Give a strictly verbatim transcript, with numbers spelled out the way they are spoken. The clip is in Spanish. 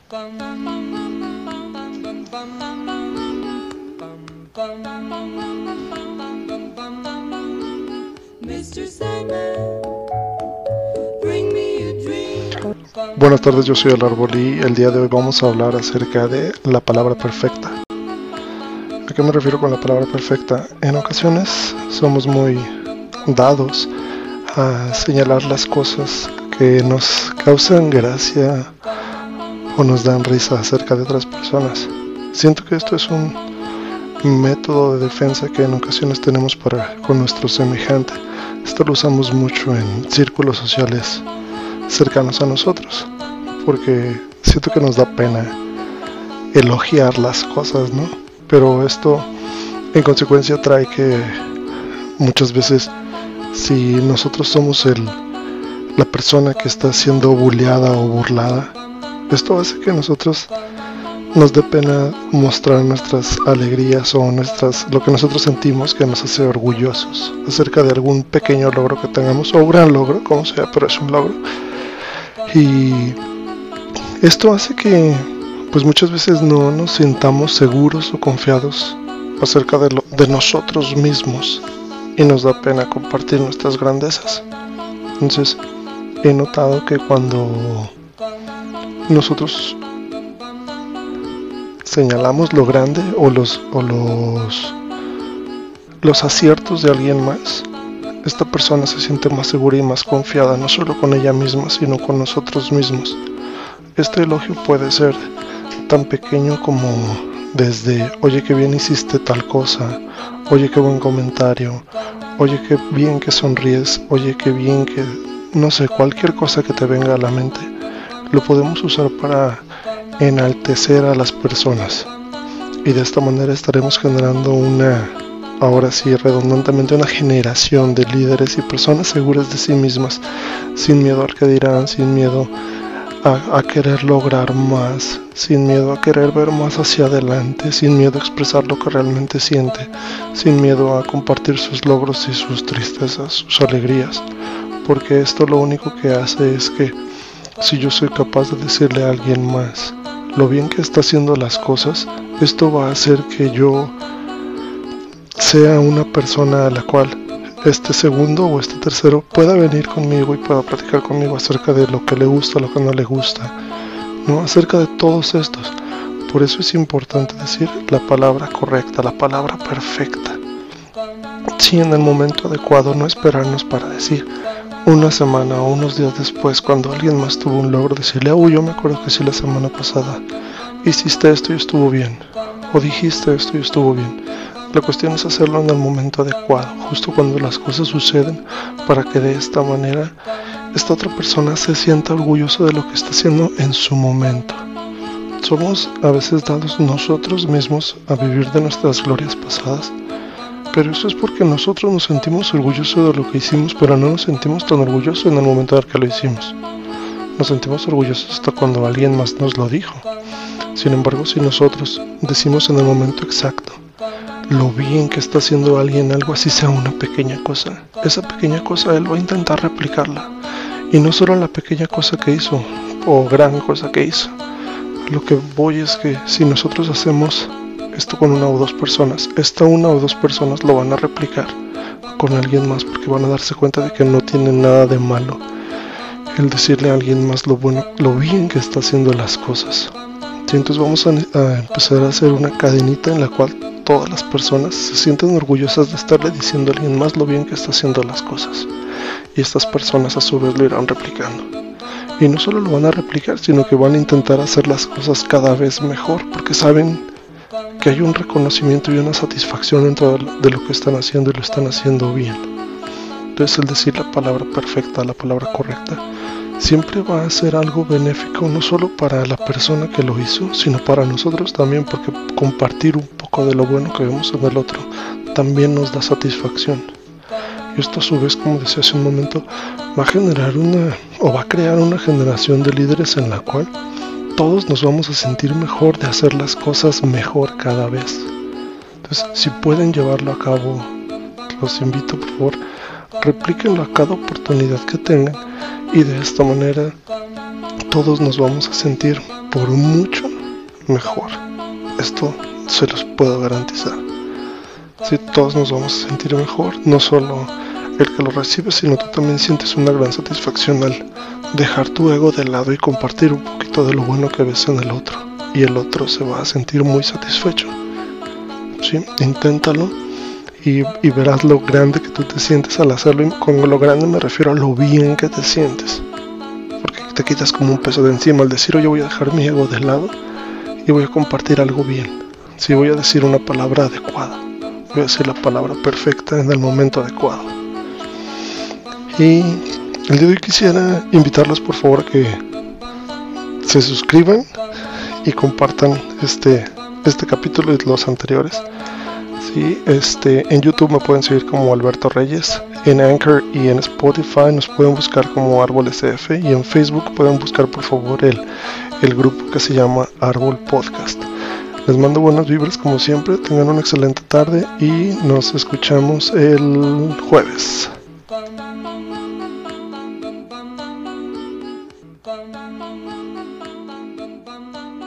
Buenas tardes, yo soy el Árbol y el día de hoy vamos a hablar acerca de la palabra perfecta. ¿A qué me refiero con la palabra perfecta? En ocasiones somos muy dados a señalar las cosas que nos causan gracia o nos dan risa acerca de otras personas. Siento que esto es un método de defensa que en ocasiones tenemos para con nuestro semejante. Esto lo usamos mucho en círculos sociales cercanos a nosotros, porque siento que nos da pena elogiar las cosas, ¿no? Pero esto en consecuencia trae que muchas veces, si nosotros somos el, la persona que está siendo bulleada o burlada, esto hace que nosotros nos dé pena mostrar nuestras alegrías o nuestras lo que nosotros sentimos que nos hace orgullosos acerca de algún pequeño logro que tengamos o un gran logro, como sea, pero es un logro. Y esto hace que pues muchas veces no nos sintamos seguros o confiados acerca de, lo, de nosotros mismos y nos da pena compartir nuestras grandezas. Entonces he notado que cuando nosotros señalamos lo grande o los, o los, los aciertos de alguien más, esta persona se siente más segura y más confiada, no solo con ella misma, sino con nosotros mismos. Este elogio puede ser tan pequeño como desde, oye, qué bien hiciste tal cosa, oye, qué buen comentario, oye, qué bien que sonríes, oye, qué bien que, no sé, cualquier cosa que te venga a la mente, lo podemos usar para enaltecer a las personas. Y de esta manera estaremos generando una, ahora sí, redundantemente, una generación de líderes y personas seguras de sí mismas, sin miedo al que dirán, sin miedo a, a querer lograr más, sin miedo a querer ver más hacia adelante, sin miedo a expresar lo que realmente siente, sin miedo a compartir sus logros y sus tristezas, sus alegrías, porque esto lo único que hace es que si yo soy capaz de decirle a alguien más lo bien que está haciendo las cosas, esto va a hacer que yo sea una persona a la cual este segundo o este tercero pueda venir conmigo y pueda platicar conmigo acerca de lo que le gusta, lo que no le gusta, ¿no? Acerca de todos estos. Por eso es importante decir la palabra correcta, la palabra perfecta. Sí, en el momento adecuado, no esperarnos para decir una semana o unos días después, cuando alguien más tuvo un logro, decirle, uy, yo me acuerdo que sí, la semana pasada hiciste esto y estuvo bien, o dijiste esto y estuvo bien. La cuestión es hacerlo en el momento adecuado, justo cuando las cosas suceden, para que de esta manera esta otra persona se sienta orgulloso de lo que está haciendo en su momento. Somos a veces dados nosotros mismos a vivir de nuestras glorias pasadas, pero eso es porque nosotros nos sentimos orgullosos de lo que hicimos, pero no nos sentimos tan orgullosos en el momento en el que lo hicimos. Nos sentimos orgullosos hasta cuando alguien más nos lo dijo. Sin embargo, si nosotros decimos en el momento exacto lo bien que está haciendo alguien, algo así sea una pequeña cosa, esa pequeña cosa él va a intentar replicarla. Y no solo la pequeña cosa que hizo, o gran cosa que hizo. Lo que voy es que si nosotros hacemos esto con una o dos personas, esta una o dos personas lo van a replicar con alguien más, porque van a darse cuenta de que no tiene nada de malo el decirle a alguien más lo bueno, lo bien que está haciendo las cosas. Y entonces vamos a, a empezar a hacer una cadenita en la cual todas las personas se sienten orgullosas de estarle diciendo a alguien más lo bien que está haciendo las cosas, y estas personas a su vez lo irán replicando. Y no solo lo van a replicar, sino que van a intentar hacer las cosas cada vez mejor, porque saben que hay un reconocimiento y una satisfacción dentro de lo que están haciendo, y lo están haciendo bien. Entonces el decir la palabra perfecta, la palabra correcta, siempre va a ser algo benéfico, no solo para la persona que lo hizo, sino para nosotros también, porque compartir un poco de lo bueno que vemos en el otro también nos da satisfacción. Y esto a su vez, como decía hace un momento, va a generar una, o va a crear una generación de líderes en la cual todos nos vamos a sentir mejor de hacer las cosas mejor cada vez. Entonces, si pueden llevarlo a cabo, los invito, por favor, replíquenlo a cada oportunidad que tengan, y de esta manera todos nos vamos a sentir por mucho mejor. Esto se los puedo garantizar. Si todos nos vamos a sentir mejor, no solo el que lo recibe, sino tú también sientes una gran satisfacción al dejar tu ego de lado y compartir un poquito de lo bueno que ves en el otro, y el otro se va a sentir muy satisfecho. ¿Sí? Inténtalo y, y verás lo grande que tú te sientes al hacerlo. Y con lo grande me refiero a lo bien que te sientes, porque te quitas como un peso de encima al decir: oye, voy a dejar mi ego de lado y voy a compartir algo bien. Si voy a decir una palabra adecuada, voy a decir la palabra perfecta en el momento adecuado. Y el día de hoy quisiera invitarlos por favor a que se suscriban y compartan este, este capítulo y los anteriores. Sí, este, en YouTube me pueden seguir como Alberto Reyes, en Anchor y en Spotify nos pueden buscar como Árboles F, y en Facebook pueden buscar por favor el, el grupo que se llama Árbol Podcast. Les mando buenas vibras como siempre, tengan una excelente tarde y nos escuchamos el jueves. Thank you.